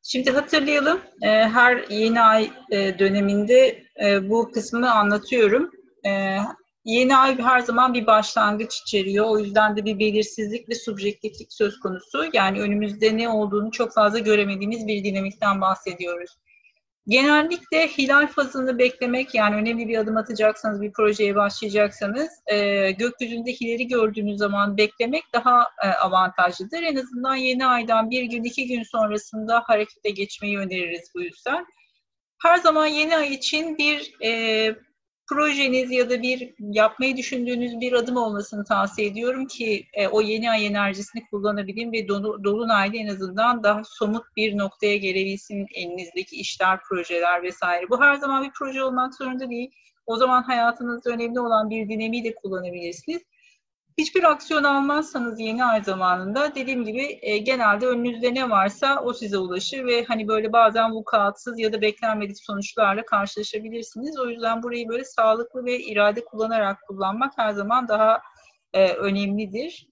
Şimdi hatırlayalım, her yeni ay döneminde bu kısmını anlatıyorum. E, Yeni ay her zaman bir başlangıç içeriyor. O yüzden de bir belirsizlik ve subjektiflik söz konusu. Yani önümüzde ne olduğunu çok fazla göremediğimiz bir dinamikten bahsediyoruz. Genellikle hilal fazını beklemek, yani önemli bir adım atacaksanız, bir projeye başlayacaksanız, gökyüzünde hilali gördüğünüz zaman beklemek daha avantajlıdır. En azından yeni aydan bir gün, iki gün sonrasında harekete geçmeyi öneririz bu yüzden. Her zaman yeni ay için bir projeniz ya da bir yapmayı düşündüğünüz bir adım olmasını tavsiye ediyorum ki o yeni ay enerjisini kullanabilin ve dolunayda en azından daha somut bir noktaya gelebilsin elinizdeki işler, projeler vesaire. Bu her zaman bir proje olmak zorunda değil. O zaman hayatınızda önemli olan bir dinamiği de kullanabilirsiniz. Hiçbir aksiyon almazsanız yeni ay zamanında, dediğim gibi, genelde önünüzde ne varsa o size ulaşır ve hani böyle bazen vukuatsız ya da beklenmedik sonuçlarla karşılaşabilirsiniz. O yüzden burayı böyle sağlıklı ve irade kullanarak kullanmak her zaman daha önemlidir.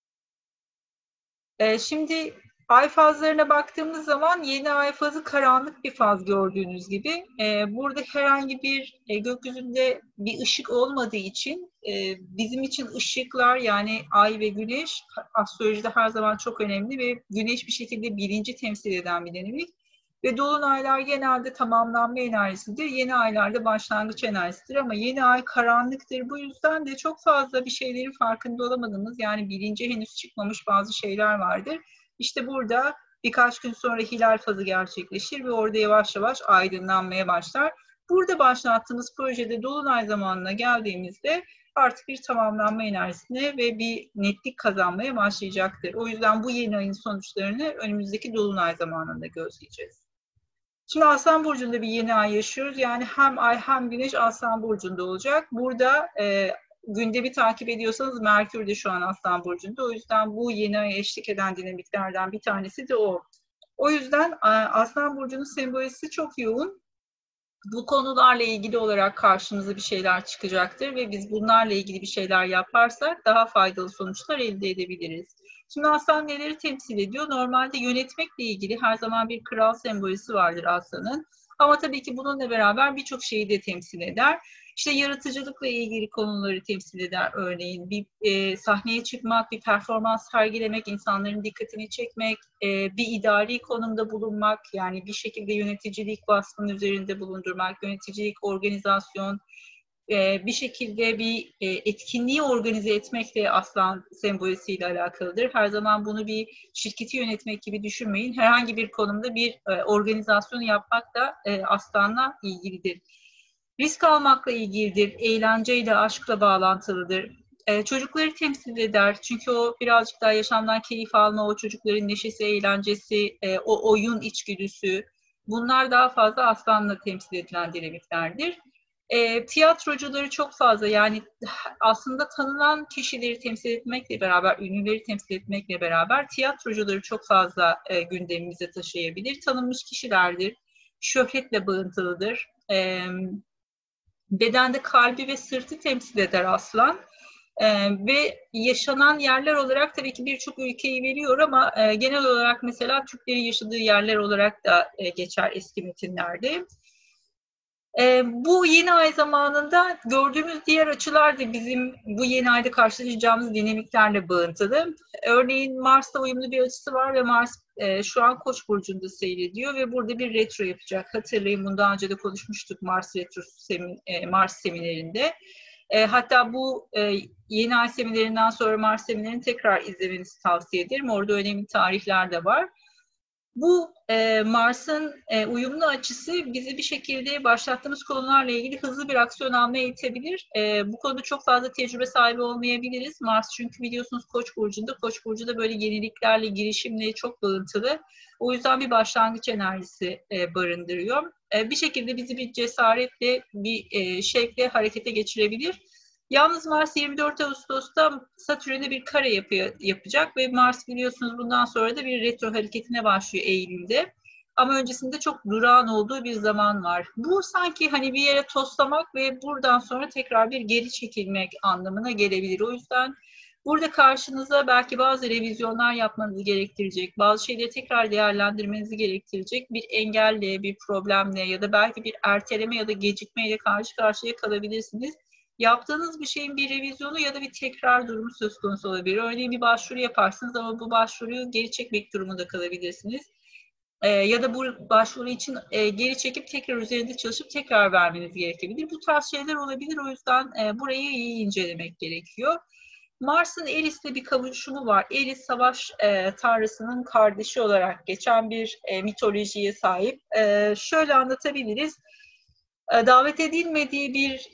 Şimdi ay fazlarına baktığımız zaman yeni ay fazı karanlık bir faz gördüğünüz gibi. Burada herhangi bir gökyüzünde bir ışık olmadığı için bizim için ışıklar, yani ay ve güneş, astrolojide her zaman çok önemli ve güneş bir şekilde bilinci temsil eden bir dinamik. Ve dolunaylar genelde tamamlanma enerjisidir. Yeni aylarda başlangıç enerjisidir ama yeni ay karanlıktır. Bu yüzden de çok fazla bir şeylerin farkında olamadığımız, yani bilince henüz çıkmamış bazı şeyler vardır. İşte burada birkaç gün sonra hilal fazı gerçekleşir ve orada yavaş yavaş aydınlanmaya başlar. Burada başlattığımız projede dolunay zamanına geldiğimizde artık bir tamamlanma enerjisine ve bir netlik kazanmaya başlayacaktır. O yüzden bu yeni ayın sonuçlarını önümüzdeki dolunay zamanında gözleyeceğiz. Şimdi Aslan Burcu'nda bir yeni ay yaşıyoruz. Yani hem ay hem güneş Aslan Burcu'nda olacak. Burada gündemi takip ediyorsanız Merkür de şu an Aslan Burcu'nda. O yüzden bu yeni aya eşlik eden dinamiklerden bir tanesi de o. O yüzden Aslan Burcu'nun sembolizmi çok yoğun. Bu konularla ilgili olarak karşımıza bir şeyler çıkacaktır ve biz bunlarla ilgili bir şeyler yaparsak daha faydalı sonuçlar elde edebiliriz. Şimdi aslan neleri temsil ediyor? Normalde yönetmekle ilgili her zaman bir kral sembolisi vardır aslanın. Ama tabii ki bununla beraber birçok şeyi de temsil eder. İşte yaratıcılıkla ilgili konuları temsil eder. Örneğin bir sahneye çıkmak, bir performans sergilemek, insanların dikkatini çekmek, bir idari konumda bulunmak, yani bir şekilde yöneticilik vasfının üzerinde bulundurmak, yöneticilik, organizasyon, bir şekilde bir etkinliği organize etmek de aslan sembolisiyle alakalıdır. Her zaman bunu bir şirketi yönetmek gibi düşünmeyin. Herhangi bir konumda bir organizasyonu yapmak da aslanla ilgilidir. Risk almakla ilgilidir, eğlenceyle, aşkla bağlantılıdır. Çocukları temsil eder. Çünkü o birazcık daha yaşamdan keyif alma, o çocukların neşesi, eğlencesi, o oyun içgüdüsü. Bunlar daha fazla aslanla temsil edilen dinamiklerdir. Tiyatrocuları çok fazla, yani aslında tanınan kişileri temsil etmekle beraber, ünlüleri temsil etmekle beraber tiyatrocuları çok fazla gündemimize taşıyabilir. Tanınmış kişilerdir, şöhretle bağıntılıdır. Bedende kalbi ve sırtı temsil eder aslan. Ve yaşanan yerler olarak tabii ki birçok ülkeyi veriyor ama genel olarak mesela Türklerin yaşadığı yerler olarak da geçer eski metinlerde. Bu yeni ay zamanında gördüğümüz diğer açılar da bizim bu yeni ayda karşılaşacağımız dinamiklerle bağıntılı. Örneğin Mars'la uyumlu bir açısı var ve Mars şu an Koç burcunda seyrediyor ve burada bir retro yapacak. Hatırlayın, bundan önce de konuşmuştuk Mars retrosu Mars seminerinde. Hatta bu yeni ay seminerinden sonra Mars seminerini tekrar izlemenizi tavsiye ederim. Orada önemli tarihler de var. Bu Mars'ın uyumlu açısı bizi bir şekilde başlattığımız konularla ilgili hızlı bir aksiyon almaya itebilir. Bu konuda çok fazla tecrübe sahibi olmayabiliriz. Mars çünkü biliyorsunuz Koç burcunda. Koç burcu da böyle yeniliklerle, girişimle çok bağıntılı. O yüzden bir başlangıç enerjisi barındırıyor. Bir şekilde bizi bir cesaretle, bir şevkle harekete geçirebilir. Yalnız Mars 24 Ağustos'ta Satürn'e bir kare yapacak ve Mars biliyorsunuz bundan sonra da bir retro hareketine başlıyor Eylül'de. Ama öncesinde çok durağan olduğu bir zaman var. Bu sanki hani bir yere toslamak ve buradan sonra tekrar bir geri çekilmek anlamına gelebilir. O yüzden Burada karşınıza belki bazı revizyonlar yapmanızı gerektirecek, bazı şeyleri tekrar değerlendirmenizi gerektirecek bir engelle, bir problemle ya da belki bir erteleme ya da gecikmeyle karşı karşıya kalabilirsiniz. Yaptığınız bir şeyin bir revizyonu ya da bir tekrar durumu söz konusu olabilir. Örneğin bir başvuru yaparsınız ama bu başvuruyu geri çekmek durumunda kalabilirsiniz. Ya da bu başvuru için geri çekip tekrar üzerinde çalışıp tekrar vermeniz gerekebilir. Bu tarz şeyler olabilir. O yüzden burayı iyi incelemek gerekiyor. Mars'ın Eris'le bir kavuşumu var. Eris savaş tanrısının kardeşi olarak geçen bir mitolojiye sahip. Şöyle anlatabiliriz. Davet edilmediği bir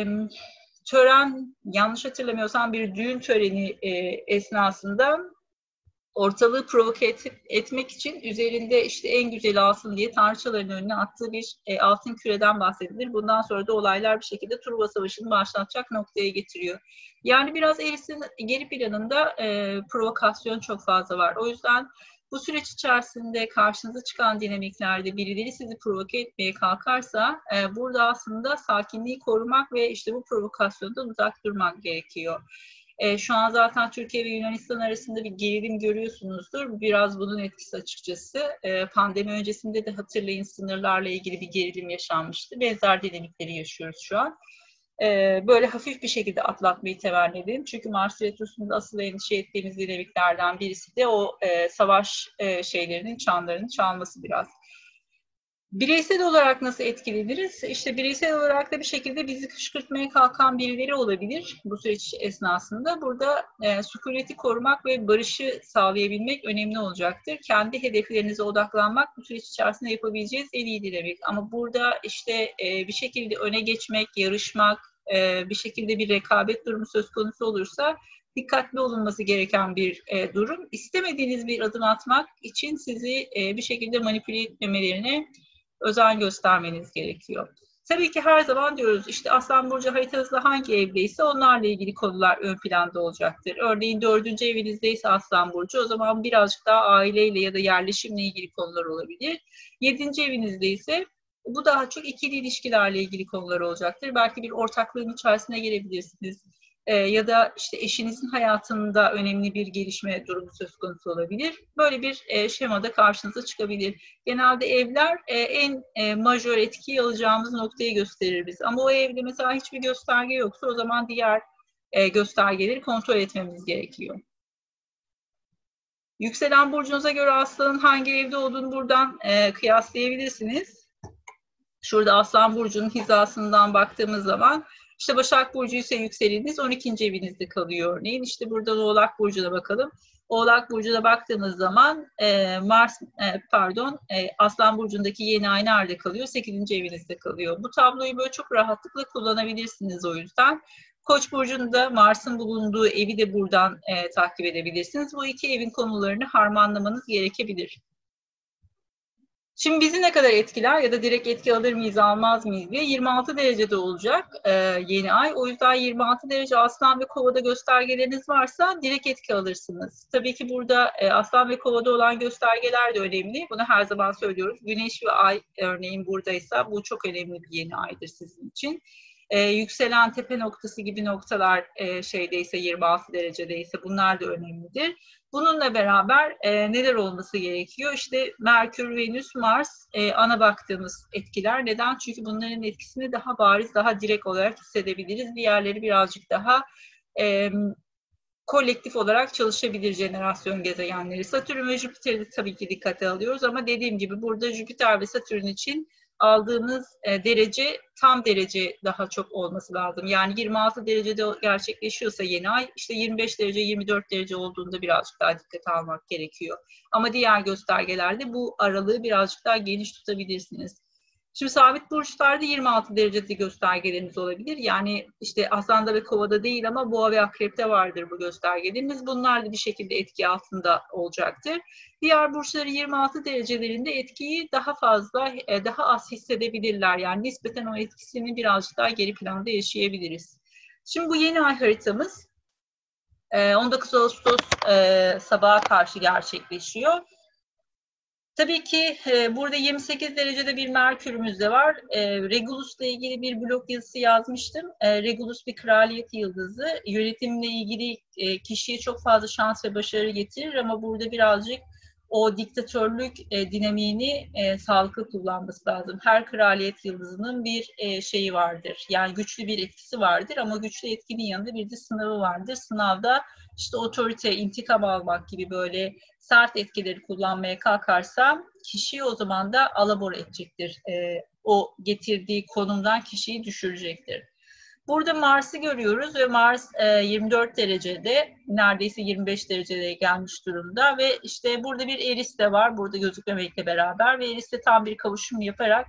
tören, yanlış hatırlamıyorsam bir düğün töreni esnasında ortalığı provoke etmek için üzerinde işte en güzeli alsın diye tanrıçaların önüne attığı bir altın küreden bahsedilir. Bundan sonra da olaylar bir şekilde Truva Savaşı'nı başlatacak noktaya getiriyor. Yani biraz Eris'in geri planında provokasyon çok fazla var. O yüzden bu süreç içerisinde karşınıza çıkan dinamiklerde birileri sizi provoke etmeye kalkarsa burada aslında sakinliği korumak ve işte bu provokasyondan uzak durmak gerekiyor. Şu an zaten Türkiye ve Yunanistan arasında bir gerilim görüyorsunuzdur. Biraz bunun etkisi açıkçası. Pandemi öncesinde de hatırlayın sınırlarla ilgili bir gerilim yaşanmıştı. Benzer dinamikleri yaşıyoruz şu an. Böyle hafif bir şekilde atlatmayı temenni edelim. Çünkü Mars Retrosu'nda asıl endişe ettiğimiz dinamiklerden birisi de o savaş şeylerinin çanlarının çalması biraz. Bireysel olarak nasıl etkileniriz? İşte bireysel olarak da bir şekilde bizi kışkırtmaya kalkan birileri olabilir bu süreç esnasında. Burada sükuneti korumak ve barışı sağlayabilmek önemli olacaktır. Kendi hedeflerinize odaklanmak bu süreç içerisinde yapabileceğiniz en iyi dinamik. Ama burada işte bir şekilde öne geçmek, yarışmak, bir şekilde bir rekabet durumu söz konusu olursa dikkatli olunması gereken bir durum. İstemediğiniz bir adım atmak için sizi bir şekilde manipüle etmemelerine özen göstermeniz gerekiyor. Tabii ki her zaman diyoruz işte Aslan Burcu haritanızda hangi evdeyse onlarla ilgili konular ön planda olacaktır. Örneğin 4. evinizdeyse Aslan Burcu o zaman birazcık daha aileyle ya da yerleşimle ilgili konular olabilir. 7. evinizde ise bu daha çok ikili ilişkilerle ilgili konular olacaktır. Belki bir ortaklığın içerisine girebilirsiniz. Ya da işte eşinizin hayatında önemli bir gelişme durumu söz konusu olabilir. Böyle bir şemada karşınıza çıkabilir. Genelde evler en majör etkiyi alacağımız noktayı gösterir biz. Ama o evde mesela hiçbir gösterge yoksa o zaman diğer göstergeleri kontrol etmemiz gerekiyor. Yükselen burcunuza göre Aslan'ın hangi evde olduğunu buradan kıyaslayabilirsiniz. Şurada Aslan Burcu'nun hizasından baktığımız zaman işte Başak Burcu ise yükseleniniz 12. evinizde kalıyor örneğin. İşte buradan Oğlak Burcu'na bakalım. Oğlak Burcu'na baktığımız zaman Aslan Burcu'ndaki yeni ay nerede kalıyor? 8. evinizde kalıyor. Bu tabloyu böyle çok rahatlıkla kullanabilirsiniz o yüzden. Koç burcunda Mars'ın bulunduğu evi de buradan takip edebilirsiniz. Bu iki evin konularını harmanlamanız gerekebilir. Şimdi bizi ne kadar etkiler ya da direkt etki alır mıyız almaz mıyız diye 26 derecede olacak yeni ay. O yüzden 26 derece Aslan ve Kova'da göstergeleriniz varsa direkt etki alırsınız. Tabii ki burada Aslan ve Kova'da olan göstergeler de önemli. Bunu her zaman söylüyoruz. Güneş ve Ay örneğin buradaysa bu çok önemli bir yeni aydır sizin için. Yükselen tepe noktası gibi noktalar şeydeyse 26 derecedeyse bunlar da önemlidir. Bununla beraber neler olması gerekiyor? İşte Merkür, Venüs, Mars ana baktığımız etkiler. Neden? Çünkü bunların etkisini daha bariz, daha direkt olarak hissedebiliriz. Diğerleri birazcık daha kolektif olarak çalışabilir jenerasyon gezegenleri. Satürn ve Jüpiter'i tabii ki dikkate alıyoruz ama dediğim gibi burada Jüpiter ve Satürn için aldığımız derece tam derece daha çok olması lazım. Yani 26 derecede gerçekleşiyorsa yeni ay işte 25 derece 24 derece olduğunda birazcık daha dikkate almak gerekiyor. Ama diğer göstergelerde bu aralığı birazcık daha geniş tutabilirsiniz. Şimdi sabit burçlarda 26 derecede göstergeleriniz olabilir. Yani işte Aslan'da ve Kova'da değil ama Boğa ve Akrep'te vardır bu göstergeleriniz. Bunlar da bir şekilde etki altında olacaktır. Diğer burçları 26 derecelerinde etkiyi daha fazla, daha az hissedebilirler. Yani nispeten o etkisini birazcık daha geri planda yaşayabiliriz. Şimdi bu yeni ay haritamız 19 Ağustos sabaha karşı gerçekleşiyor. Tabii ki burada 28 derecede bir Merkür'ümüz de var. Regulus'la ilgili bir blog yazısı yazmıştım. Regulus bir kraliyet yıldızı. Yönetimle ilgili kişiye çok fazla şans ve başarı getirir ama burada birazcık o diktatörlük dinamiğini sağlıklı kullanması lazım. Her kraliyet yıldızının bir şeyi vardır. Yani güçlü bir etkisi vardır ama güçlü etkinin yanında bir de sınavı vardır. Sınavda işte otorite, intikam almak gibi böyle sert etkileri kullanmaya kalkarsa kişiyi o zaman da alabor edecektir. O getirdiği konumdan kişiyi düşürecektir. Burada Mars'ı görüyoruz ve Mars 24 derecede, neredeyse 25 dereceye gelmiş durumda ve işte burada bir Eris de var, burada gözükmemekle beraber ve Eris'te tam bir kavuşum yaparak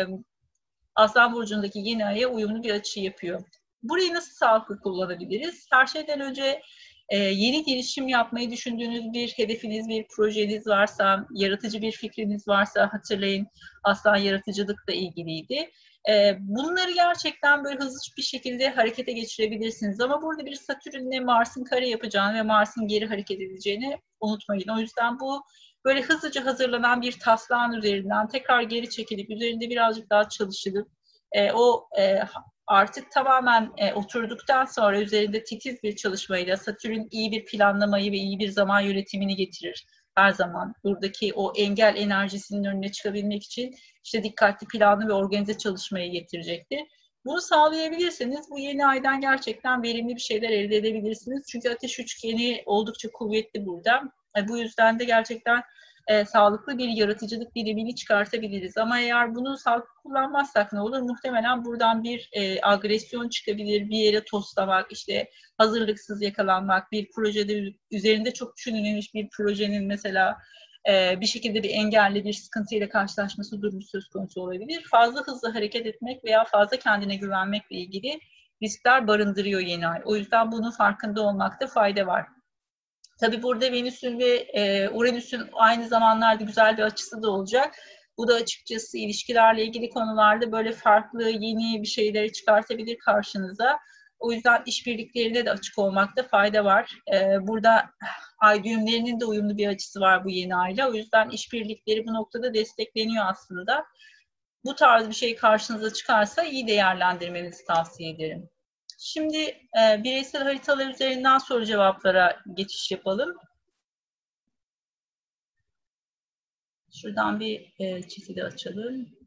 Aslan Burcu'ndaki yeni aya uyumlu bir açı yapıyor. Burayı nasıl sağlıklı kullanabiliriz? Her şeyden önce yeni girişim yapmayı düşündüğünüz bir hedefiniz, bir projeniz varsa, yaratıcı bir fikriniz varsa hatırlayın Aslan yaratıcılıkla ilgiliydi. Bunları gerçekten böyle hızlı bir şekilde harekete geçirebilirsiniz. Ama burada bir Satürn'le Mars'ın kare yapacağını ve Mars'ın geri hareket edeceğini unutmayın. O yüzden bu böyle hızlıca hazırlanan bir taslağın üzerinden tekrar geri çekilip üzerinde birazcık daha çalışılıp o artık tamamen oturduktan sonra üzerinde titiz bir çalışmayla Satürn iyi bir planlamayı ve iyi bir zaman yönetimini getirir. Her zaman buradaki o engel enerjisinin önüne çıkabilmek için işte dikkatli, planlı ve organize çalışmayı getirecektir. Bunu sağlayabilirseniz bu yeni aydan gerçekten verimli bir şeyler elde edebilirsiniz. Çünkü ateş üçgeni oldukça kuvvetli burada. Bu yüzden de gerçekten sağlıklı bir yaratıcılık bilimini çıkartabiliriz. Ama eğer bunu sağlıklı kullanmazsak ne olur? Muhtemelen buradan bir agresyon çıkabilir, bir yere toslamak, işte hazırlıksız yakalanmak, bir projede üzerinde çok düşünülmüş bir projenin mesela bir şekilde bir engelle, bir sıkıntıyla karşılaşması durumu söz konusu olabilir. Fazla hızlı hareket etmek veya fazla kendine güvenmekle ilgili riskler barındırıyor yeni ay. O yüzden bunun farkında olmakta fayda var. Tabii burada Venüs'ün ve Uranüs'ün aynı zamanlarda güzel bir açısı da olacak. Bu da açıkçası ilişkilerle ilgili konularda böyle farklı, yeni bir şeyleri çıkartabilir karşınıza. O yüzden işbirliklerine de açık olmakta fayda var. Burada ay düğümlerinin de uyumlu bir açısı var bu yeni ayla. O yüzden işbirlikleri bu noktada destekleniyor aslında. Bu tarz bir şey karşınıza çıkarsa iyi değerlendirmenizi tavsiye ederim. Şimdi bireysel haritalar üzerinden soru cevaplara geçiş yapalım. Şuradan bir chat'i de açalım.